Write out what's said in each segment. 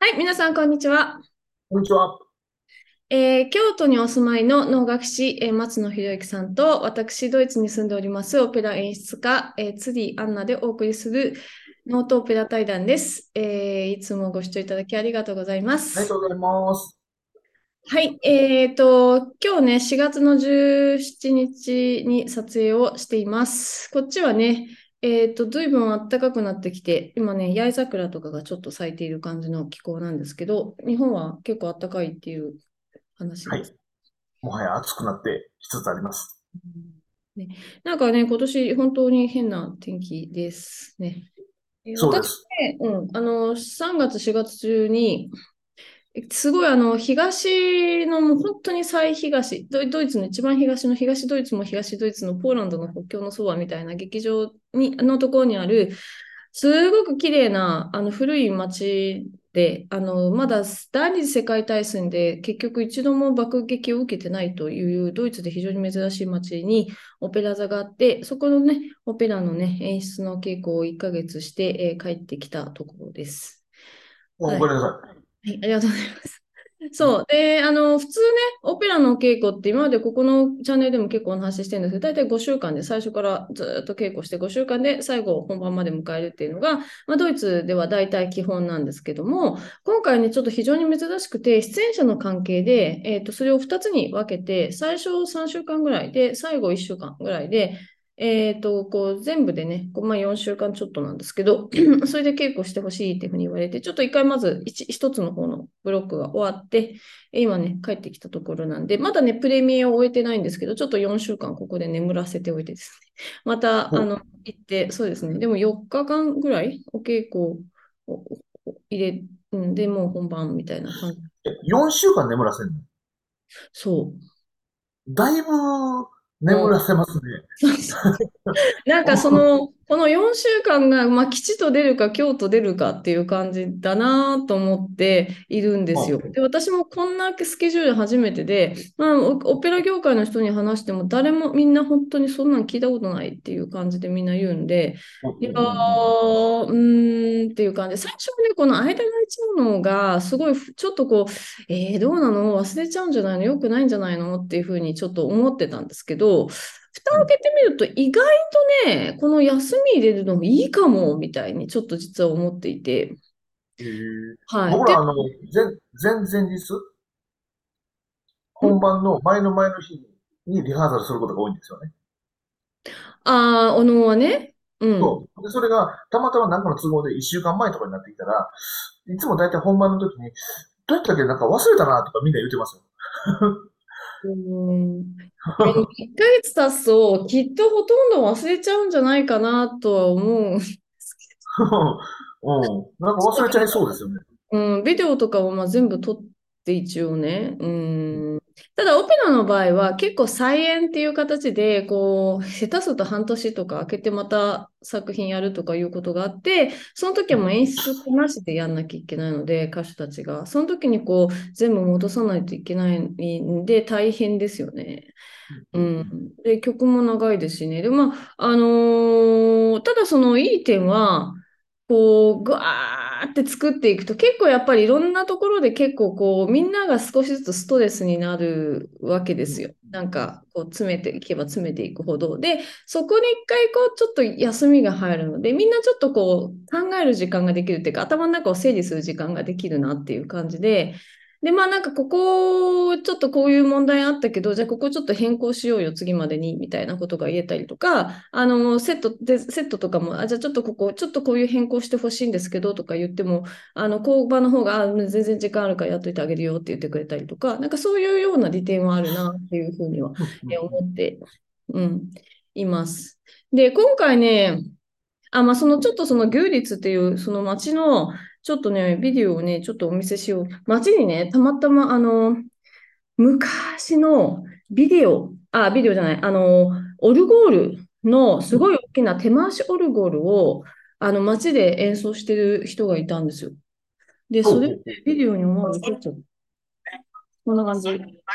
はい、皆さん、こんにちは。 こんにちは。 京都にお住まいの能楽師、松野博之さんと、私、ドイツに住んでおりますオペラ演出家、ツディ・アンナでお送りするノートオペラ対談です。いつもご視聴いただきありがとうございます。 ありがとうございます。 はい、今日ね、4月の17日に撮影をしています。こっちはね、ずいぶん暖かくなってきて、今ね、八重桜とかがちょっと咲いている感じの気候なんですけど、日本は結構暖かいっていう話はい。 です。 もはや暑くなってきつつあります。 うんね、なんかね、今年本当に変な天気ですね。私そうです。 ね、3月、4月中に、すごい東のもう本当に最東、ドイツの一番東の東ドイツも東ドイツのポーランドの国境のそばみたいな劇場のところにある、すごく綺麗な古い町で、まだ第二次世界大戦で結局一度も爆撃を受けてないというドイツで非常に珍しい町にオペラ座があって、そこのね、オペラのね、演出の稽古を1ヶ月して、帰ってきたところです。はい。 ごめんなさはい、ありがとうございます。そう。で、普通ね、オペラの稽古って今までここのチャンネルでも結構お話ししてるんですけど、大体5週間で最初からずっと稽古して5週間で最後本番まで迎えるっていうのが、ドイツでは大体基本なんですけども、今回ね、ちょっと非常に珍しくて、出演者の関係で、それを2つに分けて、最初3週間ぐらいで、最後1週間ぐらいで、全部でね、4週間ちょっとなんですけど、それで稽古してほしいっていうふうに言われて、ちょっと一回まず一つの方のブロックが終わって、今ね、帰ってきたところなんで、まだね、プレミアを終えてないんですけど、ちょっと4週間ここで眠らせておいてですね、また、 い。 行って、そうですね、でも4日間ぐらいお稽古を入れ、うんで、もう本番みたいな感じ。 4週間眠らせるの？ そう。 だいぶうん。 眠らせますね。 なんかこの4週間が、吉と出るか京と出るかっていう感じだなと思っているんですよ。で、私もこんなスケジュール初めてで、オペラ業界の人に話しても誰もみんな本当にそんなん聞いたことないっていう感じでみんな言うんで、いやっていう感じで、最初はね、この間が一うのが、すごいちょっとどうなの忘れちゃうんじゃないの良くないんじゃないのっていうふうにちょっと思ってたんですけど、蓋を開けてみると意外とね、この休み入れるのもいいかも、みたいにちょっと実は思っていて。はい。で、 僕ら前々日、 ん本番の前の前の日にリハーサルすることが多いんですよね。 お能はね、うん。 そう。で、それがたまたま何かの都合で1週間前とかになってきたら、いつも大体本番の時に、どうやったっけなんか忘れたなとかみんな言ってますよ。 うん。1ヶ月経つと、きっとほとんど忘れちゃうんじゃないかなとは思うんですけうん。なんか忘れちゃいそうですよね。 ど、うん、ビデオとかも全部撮って一応ね、ただオペラの場合は結構再演っていう形で、下手すると半年とか空けてまた作品やるとかいうことがあって、その時はもう演出なしでやんなきゃいけないので、歌手たちが。その時に全部戻さないといけないんで大変ですよね。うん。で、曲も長いですしね。で、ただそのいい点は、ぐわーって作っていくと、結構やっぱりいろんなところで結構みんなが少しずつストレスになるわけですよ。なんか、詰めていけば詰めていくほど。で、そこに一回ちょっと休みが入るので、みんなちょっと考える時間ができるっていうか、頭の中を整理する時間ができるなっていう感じで、で、なんかここ、ちょっとこういう問題あったけど、じゃあここちょっと変更しようよ、次までに、みたいなことが言えたりとか、セットとかも、じゃあちょっとここ、ちょっとこういう変更してほしいんですけど、とか言っても、工場の方が、全然時間あるからやっといてあげるよって言ってくれたりとか、なんかそういうような利点はあるな、っていうふうには、思って、うん、います。で、今回ね、ちょっとその牛律っていう、その街の、ちょっとね、ビデオをね、ちょっとお見せしよう。街にね、たまたま、昔のビデオじゃない、オルゴールのすごい大きな手回しオルゴールを、街で演奏してる人がいたんですよ。で、それ、 ほうほうほう。 ビデオに思わず撮っちゃった。こんな感じ。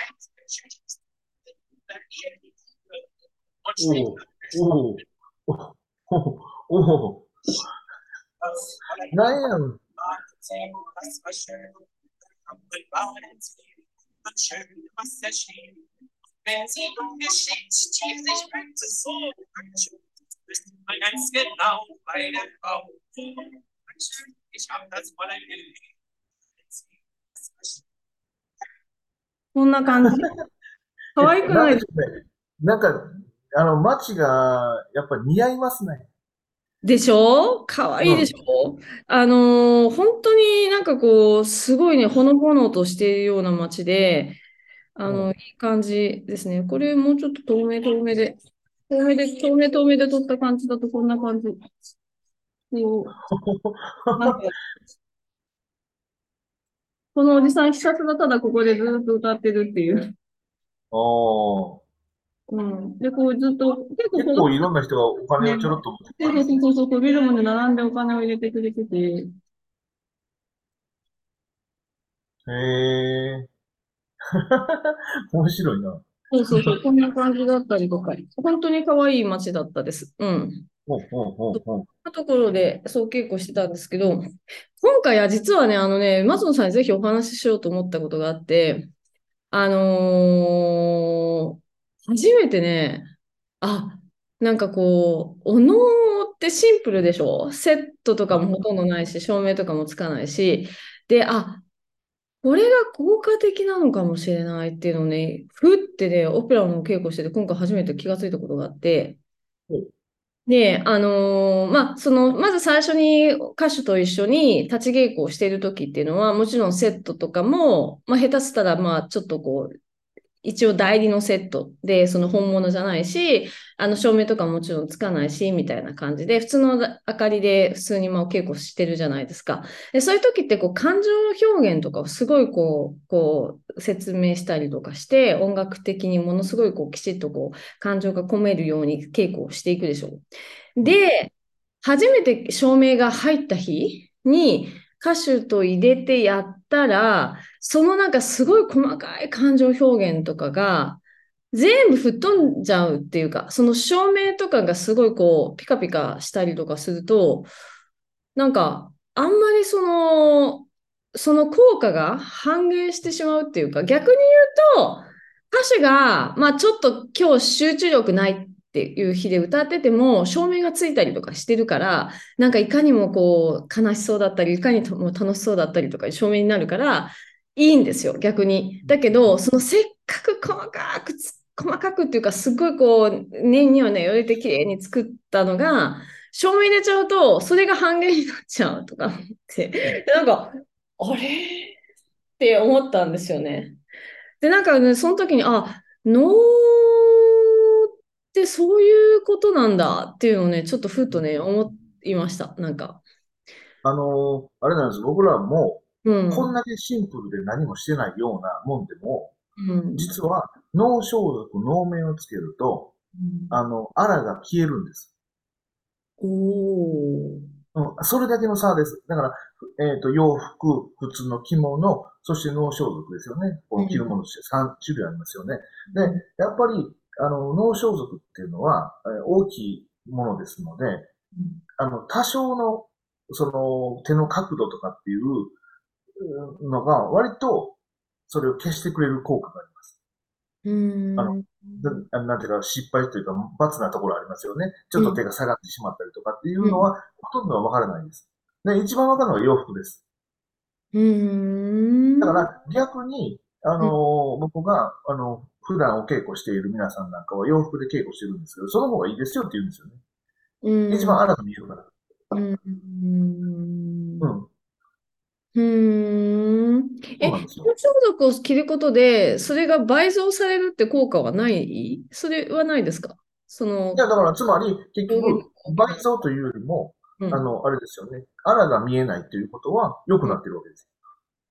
おうおうおうおうおうなんやろ。 こんな感じ。可愛くなんないでしょうね。なんか、街が、やっぱり似合いますね。 でしょ？可愛いでしうん。 ょ？本当になんかこう、すごいね、ほのぼのとしているような街で、いうん。 い感じですね。これもうちょっと透明で撮った感じだとこんな感じ。こう、なんか、このおじさんひたすらただここでずっと歌ってるっていう。 おー。 うん。で、こうずっと、結構結この構いろんな人がお金をね、 ちょろっと持ってくそうそうるんですね。 そうそう、ビルまで並んでお金を入れてくれてて、 へえ。面白いな。 そうそうそう、こんな感じだったりとか、本当に可愛い街だったです。うん。 ほうほうほうほう。 なところで、そう稽古してたんですけど、今回は実はね、松野さんにぜひお話ししようと思ったことがあって、初めてね、あ、なんかこう、お能ってシンプルでしょ？セットとかもほとんどないし、照明とかもつかないし、で、これが効果的なのかもしれないっていうのをね、ふってね、オペラの稽古してて、今回初めて気がついたことがあって、 ほうで、まず最初に歌手と一緒に立ち稽古をしている時っていうのは、もちろんセットとかも、まあ、下手したら、まあ、ちょっとこう、一応代理のセットで、その本物じゃないし、照明とかももちろんつかないし、みたいな感じで、普通の明かりで普通にまあお稽古してるじゃないですか。で、そういう時ってこう感情表現とかをすごいこう説明したりとかして、音楽的にものすごいこうきちっとこう感情が込めるように稽古をしていくでしょう。 うん。 で、初めて照明が入った日に歌手と入れてやったら、そのなんかすごい細かい感情表現とかが全部吹っ飛んじゃうっていうか、その照明とかがすごいこうピカピカしたりとかすると、なんかあんまりその効果が半減してしまうっていうか、逆に言うと、歌手が、まあちょっと今日集中力ないっていう日で歌ってても、照明がついたりとかしてるから、なんかいかにもこう悲しそうだったり、いかにも楽しそうだったりとか照明になるから、いいんですよ、逆に。だけど、そのせっかく細かくっていうか、すごいこう、念にはね、よれて綺麗に作ったのが、照明入れちゃうと、それが半減になっちゃうとか思って、なんか、あれって思ったんですよね。で、なんかね、その時に、能ってそういうことなんだっていうのをね、ちょっとふっとね、思いました。なんか。 あれなんです。僕らも、 うん。 こんだけシンプルで何もしてないようなもんでも、 うん。 実は、脳消毒、脳面をつけると、 うん。 アラが消えるんです。 おー。 うん、それだけの差です。だから、洋服、普通の着物、そして脳消毒ですよね。こう着るものとして3種類ありますよね。で、やっぱり、脳消毒っていうのは、大きいものですので、多少の、その、手の角度とかっていうのが、割と、それを消してくれる効果があります。 うあの、 ん。 なんていうか、失敗というか、罰なところありますよね。ちょっとうん。 手が下がってしまったりとかっていうん。 うのは、ほとんどはわからないです。で、一番わかるのは洋服です。 うん。 だから逆に、僕が、普段お稽古している皆さんなんかは洋服で稽古してるんですけど、その方がいいですよって言うんですよね。 うん。 一番荒く見えるから。 うん。 うん。 うーん。 そうなんですよ。 包装力を着ることで、それが倍増されるって効果はない？それはないですか？その、 いや、だから、つまり、結表現局、倍力。 増というよりも、 うん。 あれですよね。荒が見えないということは、良くうん。 なってるわけです。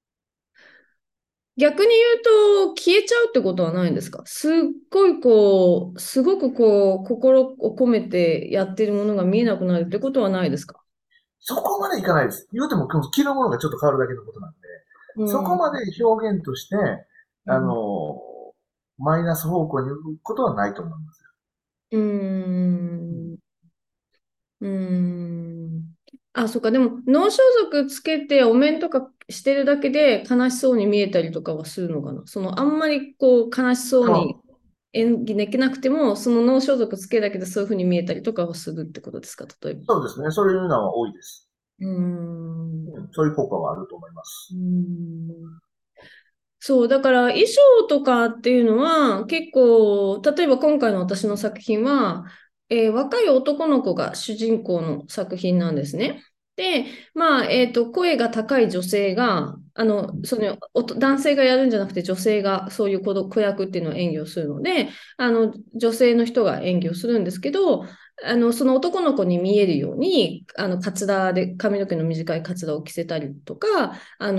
逆に言うと、消えちゃうってことはないんですか？すっごいこう、すごくこう、心を込めてやってるものが見えなくなるってことはないですか？ そこまでいかないです。言うても、着るものがちょっと変わるだけのことなんで、 うん。 そこまで表現として、あうん。 の、マイナス方向に行くことはないと思います。 うーうん。 ん。うーん。 あ、そっか。でも、脳装束つけてお面とかしてるだけで悲しそうに見えたりとかはするのかな。あんまり悲しそうにでも、 演技できなくても、その脳装束つけるだけでそういうふうに見えたりとかはするってことですか、例えば。 そうですね。そういうのは多いです。 うーん。 うん、そういう効果はあると思いまうーす。 ん。そう、だから衣装とかっていうのは結構、例えば今回の私の作品は、若い男の子が主人公の作品なんですね。で、まあ、声が高い女性が、男性がやるんじゃなくて女性がそういう子役っていうのを演技をするので、女性の人が演技をするんですけど、その男の子に見えるように、カツラで、髪の毛の短いカツラを着せたりとか、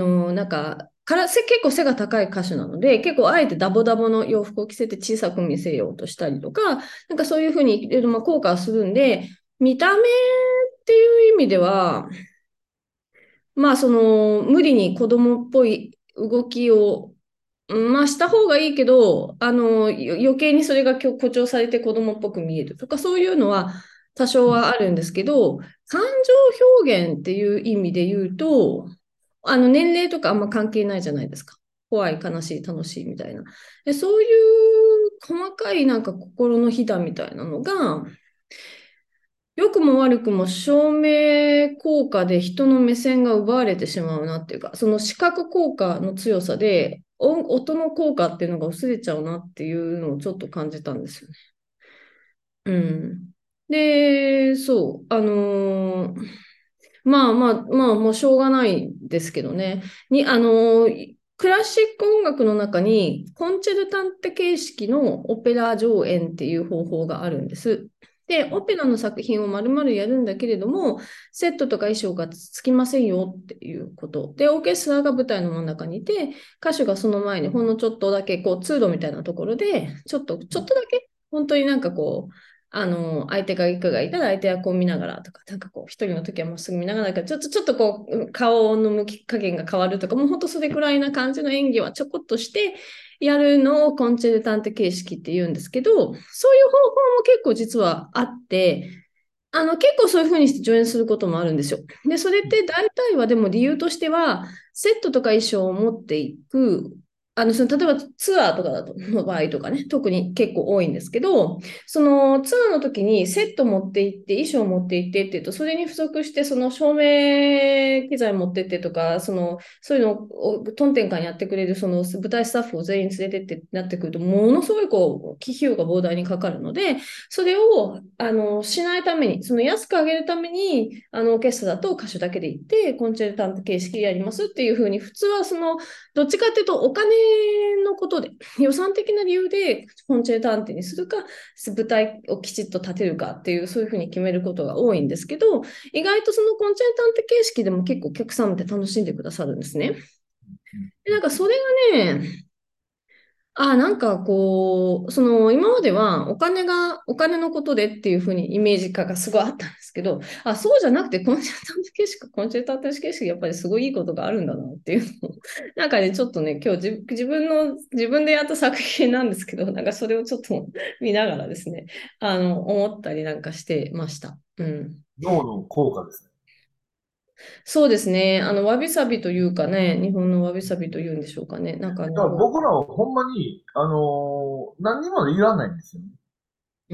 結構背が高い歌手なので、結構あえてダボダボの洋服を着せて小さく見せようとしたりとか、なんかそういうふうにいろいろ効果をするんで、見た目っていう意味では、まあ無理に子供っぽい動きを、まあした方がいいけど、余計にそれが誇張されて子供っぽく見えるとか、そういうのは多少うん、 はあるんですけど、感情表現っていう意味で言うと、年齢とかあんま関係ないじゃないですか。怖い、悲しい、楽しいみたいな。で、そういう細かいなんか心のひだみたいなのが、良くも悪くも照明効果で人の目線が奪われてしまうなっていうか、その視覚効果の強さで、音の効果っていうのが薄れちゃうなっていうのをちょっと感じたんですよね。うん。で、そう、もうしょうがないですけどね。クラシック音楽の中にコンチェルタンテ形式のオペラ上演っていう方法があるんです。で、オペラの作品を丸々やるんだけれども、セットとか衣装がつきませんよっていうこと。で、オーケストラが舞台の真ん中にいて、歌手がその前にほんのちょっとだけ通路みたいなところで、ちょっとだけ、本当になんか相手がいくがいたら相手はこう見ながらとか、なんか一人の時はまっすぐ見ながらちょっと顔の向き加減が変わるとか、もう本当それくらいな感じの演技はちょこっとしてやるのをコンチェルタンテ形式って言うんですけど、そういう方法も結構実はあって、結構そういうふうにして上演することもあるんですよ。で、それって大体はでも理由としては、セットとか衣装を持っていく、例えばツアーとかだと、の場合とかね、特に結構多いんですけど、そのツアーの時にセット持って行って、衣装持って行ってっていうと、それに付属して、その照明機材持ってってとか、そういうのをトンテンカンやってくれる、その舞台スタッフを全員連れてってなってくると、ものすごい費用が膨大にかかるので、それを、しないために、その安く上げるために、オーケストラと歌手だけで行って、コンチェルタント形式でやりますっていうふうに、普通はどっちかっていうと、お金のことで、予算的な理由で、コンチェルタンテにするか、舞台をきちっと立てるかっていう、そういうふうに決めることが多いんですけど、意外とそのコンチェルタント形式でも結構お客さんって楽しんでくださるんですね。で、なんかそれがね、なんか今まではお金のことでっていうふうにイメージ化がすごいあったんですけど、そうじゃなくてコンチェルタント形式、やっぱりすごいいいことがあるんだなっていうのを、なんかね、ちょっとね、今日自分でやった作品なんですけど、なんかそれをちょっと見ながらですね、思ったりなんかしてました。うん。 脳の効果ですね。 そうですね。わびさびというかね、日本のわびさびというんでしょうかね。なんかだから僕らはほんまに、何にもいらないんですよね。 うん。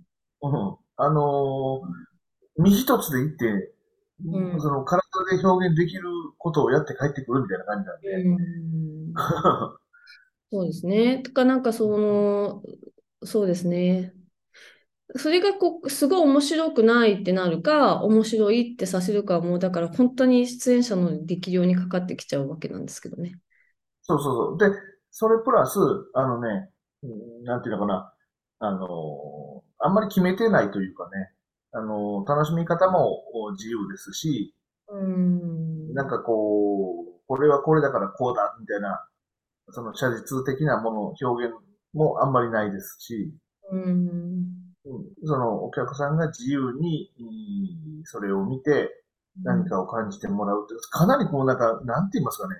うん。身一つで行って、 うん。 その体で表現できることをやって帰ってくるみたいな感じなんうで。 ん。そうですね。とか、なんかそうですね。それがすごい面白くないってなるか、面白いってさせるかはもう、だから本当に出演者の力量にかかってきちゃうわけなんですけどね。 そうそうそう。で、それプラス、なんていうのかな、あんまり決めてないというかね、楽しみ方も自由ですし、 うん。 これはこれだからこうだ、みたいな、その写実的なもの、表現もあんまりないですし、 うん。 そのお客さんが自由に、それを見て何かを感じてもらうって、かなりなんて言いますかね、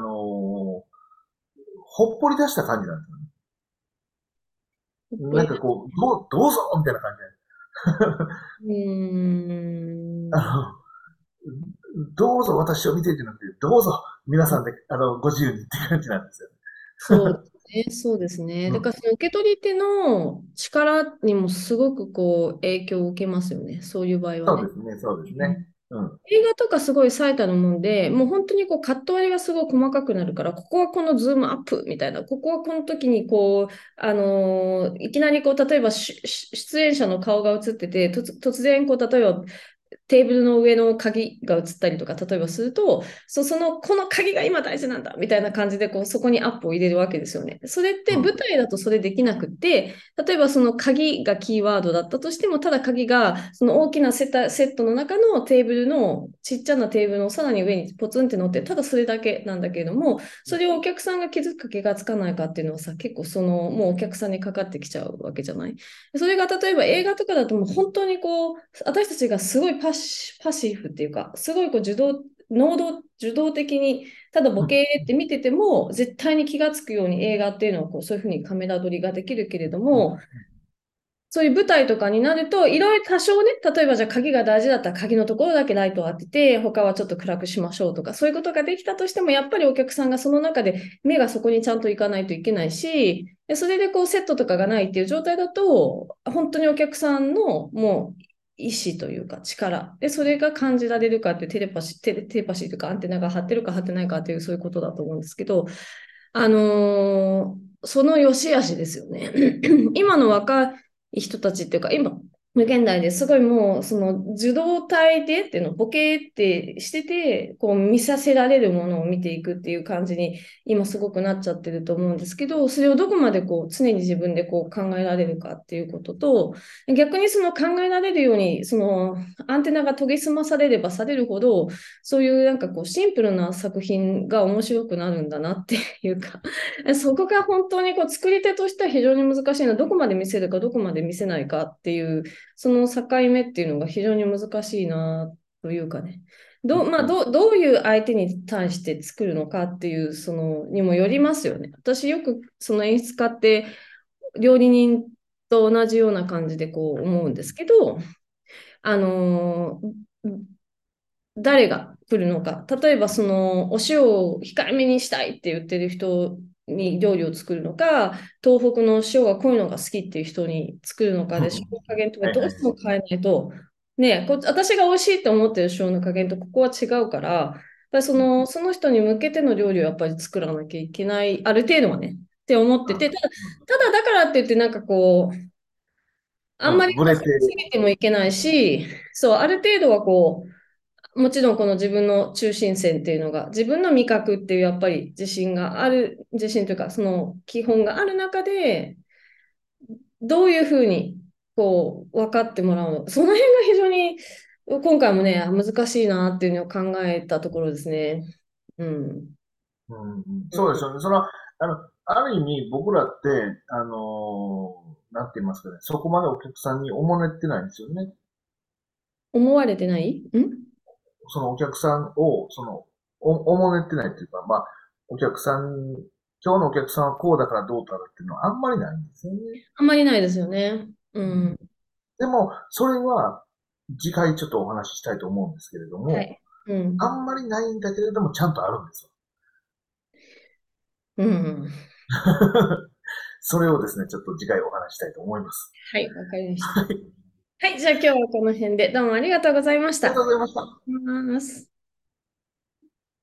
ほっぽり出した感じなんですよね。 やっぱり、 どうぞみたいな感じで。 うん。 どうぞ私を見ていてなくて、どうぞ皆さんで、ご自由にって感じなんですよね。 そうですね。そうですね。 うん。 だからその受け取り手の力にもすごくこう影響を受けますよね。そういう場合はね。 そうですね、そうですね。 うん。 うん。 映画とかすごい最たるもんで、もう本当にこうカット割りがすごい細かくなるから、ここはこのズームアップみたいな、ここはこの時にこう、いきなりこう、例えば出演者の顔が映ってて、突然こう、例えばテーブルの上の鍵が映ったりとか、例えばすると、この鍵が今大事なんだみたいな感じで、こう、そこにアップを入れるわけですよね。それって舞うん。 台だとそれできなくて、例えばその鍵がキーワードだったとしても、ただ鍵がその大きなセットの中のテーブルの、ちっちゃなテーブルのさらに上にポツンって乗って、ただそれだけなんだけれども、それをお客さんが気づくか気がつかないかっていうのはさ、結構もうお客さんにかかってきちゃうわけじゃない。それが例えば映画とかだともう本当にこう、私たちがすごいパシフっていうか、すごいこう受動的に、ただボうん。 ケーって見てても、絶対に気がつくように映画っていうのはこうそういうふうにカメラ撮りができるけれどうん。 も、そういう舞台とかになると、いろいろ多少ね、例えばじゃあ鍵が大事だったら鍵のところだけライトを当てて、他はちょっと暗くしましょうとか、そういうことができたとしても、やっぱりお客さんがその中で目がそこにちゃんと行かないといけないし、でそれでこうセットとかがないっていう状態だと、本当にお客さんのもう意思というか力、で、それが感じられるかっていうテレパシーというかアンテナが張ってるか張ってないかっていうそういうことだと思うんですけど、その良し悪しですよね。今の若い人たちっていうか、今、現代ですごいもう、その受動体でっていうの、ボケってしてて、こう見させられるものを見ていくっていう感じに、今すごくなっちゃってると思うんですけど、それをどこまでこう常に自分でこう考えられるかっていうことと、逆にその考えられるように、そのアンテナが研ぎ澄まされればされるほど、そういうなんかこうシンプルな作品が面白くなるんだなっていうか、そこが本当にこう作り手としては非常に難しいのは、どこまで見せるかどこまで見せないかっていう、その境目っていうのが非常に難しいなというかね。どういう相手に対して作るのかっていう、そのにもよりますよね。私よくその演出家って料理人と同じような感じでこう思うんですけど、あの誰が来るのか。例えば、その、お塩を控えめにしたいって言ってる人に料理を作るのか、東北の塩が濃いのが好きっていう人に作るのかで、塩の加減とかはいはい。 どうしても変えないと、ね、私が美味しいって思ってる塩の加減とここは違うから、やっぱりその人に向けての料理をやっぱり作らなきゃいけない、ある程度はね、って思ってて、ただだからって言ってなんかこう、あんまりうん。ブレて、 こう、過ぎてもいけないし、そう、ある程度はこう、もちろんこの自分の中心線っていうのが、自分の味覚っていうやっぱり自信というか、その基本がある中で、どういうふうにこう分かってもらうのか、その辺が非常に今回もね、難しいなっていうのを考えたところですね。うん。 うん、 うん、 そうですよね。ある意味僕らって、なんて言いますかね、そこまでお客さんにおもねってないんですよね。 思われてない。 そのお客さんを、おもねってないっていうか、まあ、お客さん、今日のお客さんはこうだからどうだろうっていうのはあんまりないんですよね。 あんまりないですよね。ううん。 ん。 でも、それは、次回ちょっとお話ししたいと思うんですけれども、 はい。うん。 あんまりないんだけれども、ちゃんとあるんですよ。 うん。 それをですね、ちょっと次回お話ししたいと思います。 はい、わかりました。 はい。 はい、じゃあ今日はこの辺でどうもありがとうございました。 ありがとうございました。 ます。